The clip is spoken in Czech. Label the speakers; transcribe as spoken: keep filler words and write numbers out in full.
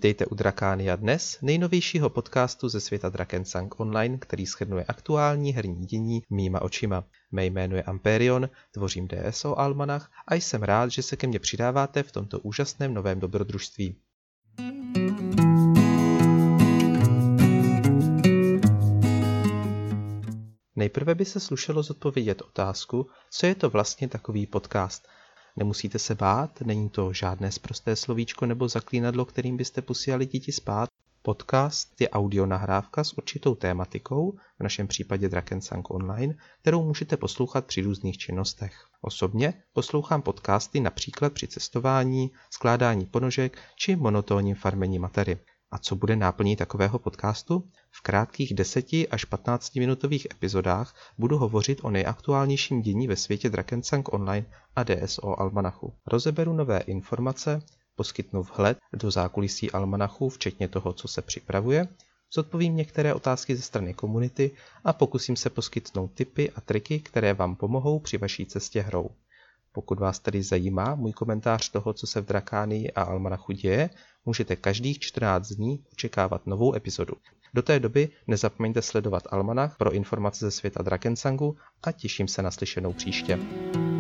Speaker 1: Vítejte u Drakania dnes, nejnovějšího podcastu ze světa Drakensang Online, který shrnuje aktuální herní dění mýma očima. Mé jméno je Amperion, tvořím D S O Almanach a jsem rád, že se ke mně přidáváte v tomto úžasném novém dobrodružství. Nejprve by se slušelo zodpovědět otázku, co je to vlastně takový podcast. Nemusíte se bát, není to žádné sprosté slovíčko nebo zaklínadlo, kterým byste posílali děti spát. Podcast je audionahrávka s určitou tématikou, v našem případě Drakensang Online, kterou můžete poslouchat při různých činnostech. Osobně poslouchám podcasty například při cestování, skládání ponožek či monotónním farmení matery. A co bude náplní takového podcastu? V krátkých deseti až patnáctiminutových epizodách budu hovořit o nejaktuálnějším dění ve světě Drakensang Online a D S O Almanachu. Rozeberu nové informace, poskytnu vhled do zákulisí Almanachu, včetně toho, co se připravuje, zodpovím některé otázky ze strany komunity a pokusím se poskytnout tipy a triky, které vám pomohou při vaší cestě hrou. Pokud vás tedy zajímá můj komentář toho, co se v Drakánii a Almanachu děje, můžete každých čtrnáct dní očekávat novou epizodu. Do té doby nezapomeňte sledovat Almanach pro informace ze světa Drakensangu a těším se na slyšenou příště.